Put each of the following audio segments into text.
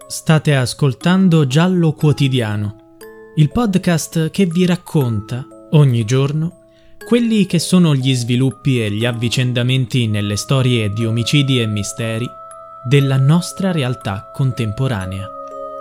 State ascoltando Giallo Quotidiano, il podcast che vi racconta, ogni giorno, quelli che sono gli sviluppi e gli avvicendamenti nelle storie di omicidi e misteri della nostra realtà contemporanea.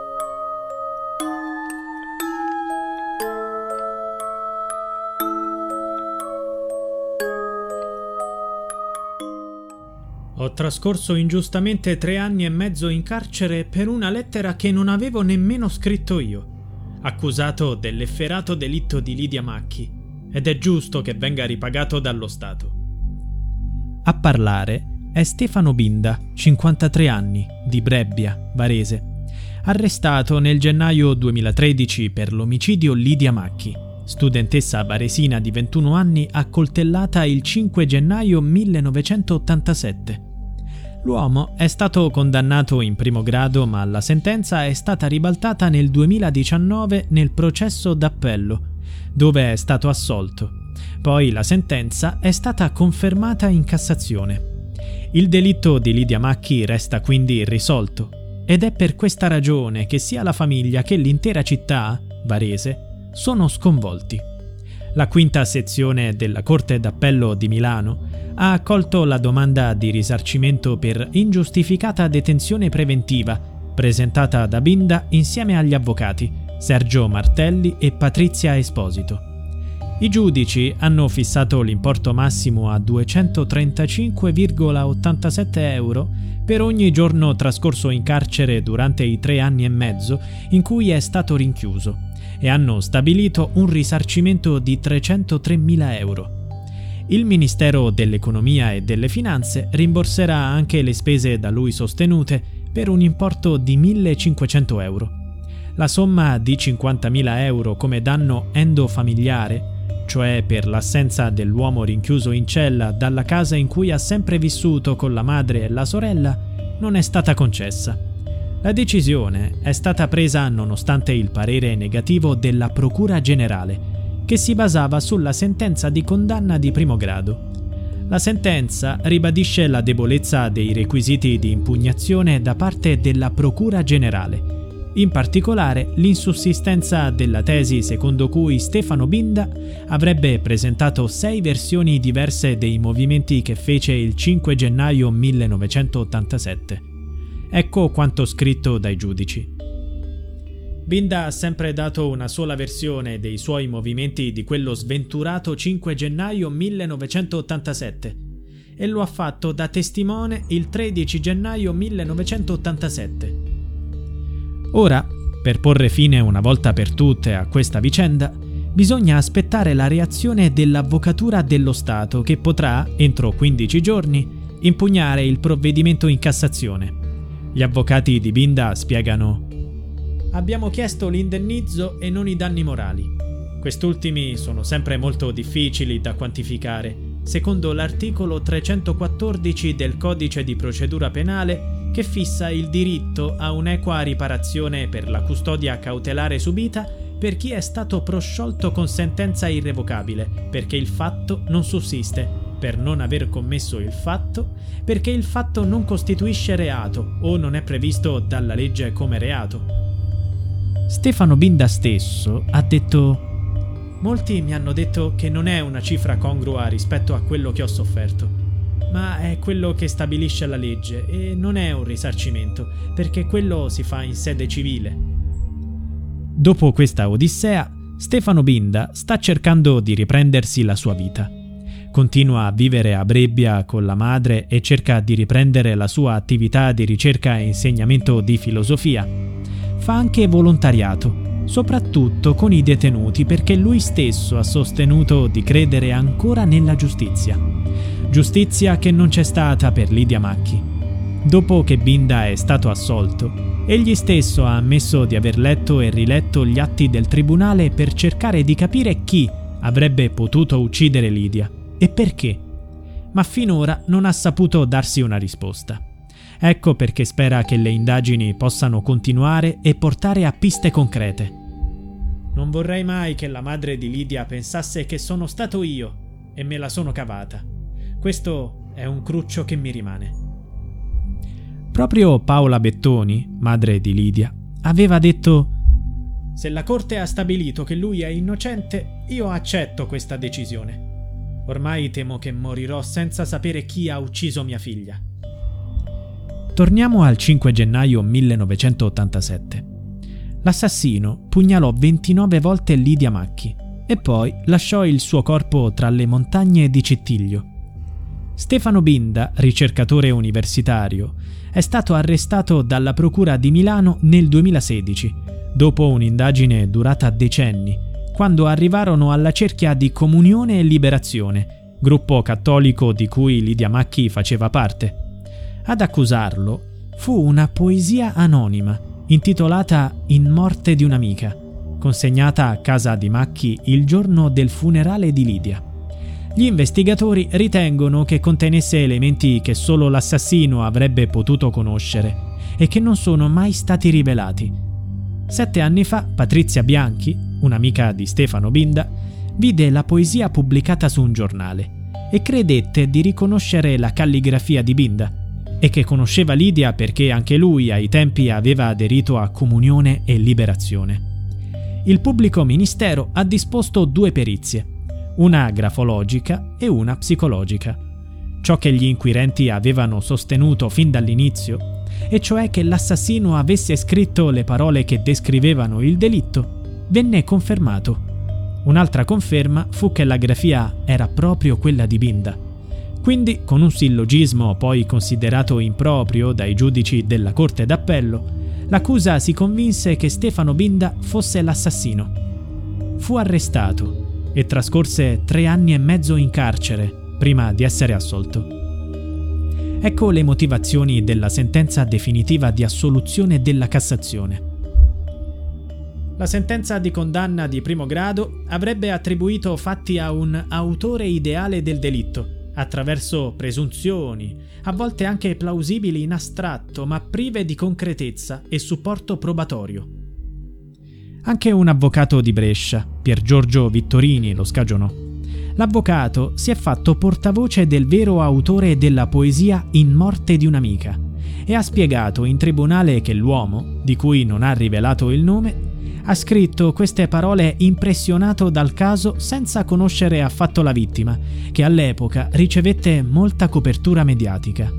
Ho trascorso ingiustamente 3 anni e mezzo in carcere per una lettera che non avevo nemmeno scritto io, accusato dell'efferato delitto di Lidia Macchi, ed è giusto che venga ripagato dallo Stato. A parlare è Stefano Binda, 53 anni, di Brebbia, Varese, arrestato nel gennaio 2013 per l'omicidio Lidia Macchi, studentessa varesina di 21 anni accoltellata il 5 gennaio 1987. L'uomo è stato condannato in primo grado, ma la sentenza è stata ribaltata nel 2019 nel processo d'appello, dove è stato assolto. Poi la sentenza è stata confermata in Cassazione. Il delitto di Lidia Macchi resta quindi irrisolto, ed è per questa ragione che sia la famiglia che l'intera città, Varese, sono sconvolti. La quinta sezione della Corte d'Appello di Milano ha accolto la domanda di risarcimento per ingiustificata detenzione preventiva presentata da Binda insieme agli avvocati Sergio Martelli e Patrizia Esposito. I giudici hanno fissato l'importo massimo a 235,87 euro per ogni giorno trascorso in carcere durante i 3 anni e mezzo in cui è stato rinchiuso e hanno stabilito un risarcimento di 303.000 euro. Il Ministero dell'Economia e delle Finanze rimborserà anche le spese da lui sostenute per un importo di 1.500 euro. La somma di 50.000 euro come danno endofamiliare, cioè per l'assenza dell'uomo rinchiuso in cella dalla casa in cui ha sempre vissuto con la madre e la sorella, non è stata concessa. La decisione è stata presa nonostante il parere negativo della Procura Generale, che si basava sulla sentenza di condanna di primo grado. La sentenza ribadisce la debolezza dei requisiti di impugnazione da parte della Procura Generale, in particolare l'insussistenza della tesi secondo cui Stefano Binda avrebbe presentato 6 versioni diverse dei movimenti che fece il 5 gennaio 1987. Ecco quanto scritto dai giudici. Binda ha sempre dato una sola versione dei suoi movimenti di quello sventurato 5 gennaio 1987 e lo ha fatto da testimone il 13 gennaio 1987. Ora, per porre fine una volta per tutte a questa vicenda, bisogna aspettare la reazione dell'Avvocatura dello Stato che potrà, entro 15 giorni, impugnare il provvedimento in Cassazione. Gli avvocati di Binda spiegano: abbiamo chiesto l'indennizzo e non i danni morali. Quest'ultimi sono sempre molto difficili da quantificare, secondo l'articolo 314 del Codice di procedura penale, che fissa il diritto a un'equa riparazione per la custodia cautelare subita per chi è stato prosciolto con sentenza irrevocabile, perché il fatto non sussiste, per non aver commesso il fatto, perché il fatto non costituisce reato o non è previsto dalla legge come reato. Stefano Binda stesso ha detto: molti mi hanno detto che non è una cifra congrua rispetto a quello che ho sofferto, ma è quello che stabilisce la legge e non è un risarcimento, perché quello si fa in sede civile. Dopo questa odissea, Stefano Binda sta cercando di riprendersi la sua vita. Continua a vivere a Brebbia con la madre e cerca di riprendere la sua attività di ricerca e insegnamento di filosofia. Fa anche volontariato, soprattutto con i detenuti, perché lui stesso ha sostenuto di credere ancora nella giustizia. Giustizia che non c'è stata per Lidia Macchi. Dopo che Binda è stato assolto, egli stesso ha ammesso di aver letto e riletto gli atti del tribunale per cercare di capire chi avrebbe potuto uccidere Lidia e perché, ma finora non ha saputo darsi una risposta. Ecco perché spera che le indagini possano continuare e portare a piste concrete. Non vorrei mai che la madre di Lidia pensasse che sono stato io e me la sono cavata. Questo è un cruccio che mi rimane. Proprio Paola Bettoni, madre di Lidia, aveva detto: «Se la corte ha stabilito che lui è innocente, io accetto questa decisione. Ormai temo che morirò senza sapere chi ha ucciso mia figlia». Torniamo al 5 gennaio 1987. L'assassino pugnalò 29 volte Lidia Macchi e poi lasciò il suo corpo tra le montagne di Cittiglio. Stefano Binda, ricercatore universitario, è stato arrestato dalla Procura di Milano nel 2016, dopo un'indagine durata decenni, quando arrivarono alla cerchia di Comunione e Liberazione, gruppo cattolico di cui Lidia Macchi faceva parte. Ad accusarlo fu una poesia anonima, intitolata In morte di un'amica, consegnata a casa di Macchi il giorno del funerale di Lidia. Gli investigatori ritengono che contenesse elementi che solo l'assassino avrebbe potuto conoscere e che non sono mai stati rivelati. 7 anni fa Patrizia Bianchi, un'amica di Stefano Binda, vide la poesia pubblicata su un giornale e credette di riconoscere la calligrafia di Binda e che conosceva Lidia perché anche lui ai tempi aveva aderito a Comunione e Liberazione. Il pubblico ministero ha disposto 2 perizie, una grafologica e una psicologica. Ciò che gli inquirenti avevano sostenuto fin dall'inizio, e cioè che l'assassino avesse scritto le parole che descrivevano il delitto, venne confermato. Un'altra conferma fu che la grafia era proprio quella di Binda. Quindi, con un sillogismo poi considerato improprio dai giudici della Corte d'Appello, l'accusa si convinse che Stefano Binda fosse l'assassino. Fu arrestato e trascorse 3 anni e mezzo in carcere prima di essere assolto. Ecco le motivazioni della sentenza definitiva di assoluzione della Cassazione. La sentenza di condanna di primo grado avrebbe attribuito fatti a un autore ideale del delitto, attraverso presunzioni, a volte anche plausibili in astratto, ma prive di concretezza e supporto probatorio. Anche un avvocato di Brescia, Pier Giorgio Vittorini, lo scagionò. L'avvocato si è fatto portavoce del vero autore della poesia In morte di un'amica e ha spiegato in tribunale che l'uomo, di cui non ha rivelato il nome, ha scritto queste parole impressionato dal caso senza conoscere affatto la vittima, che all'epoca ricevette molta copertura mediatica.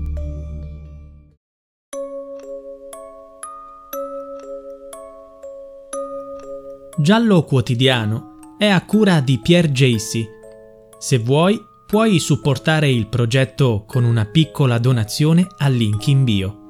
Giallo Quotidiano è a cura di Pierre Jacy. Se vuoi, puoi supportare il progetto con una piccola donazione al link in bio.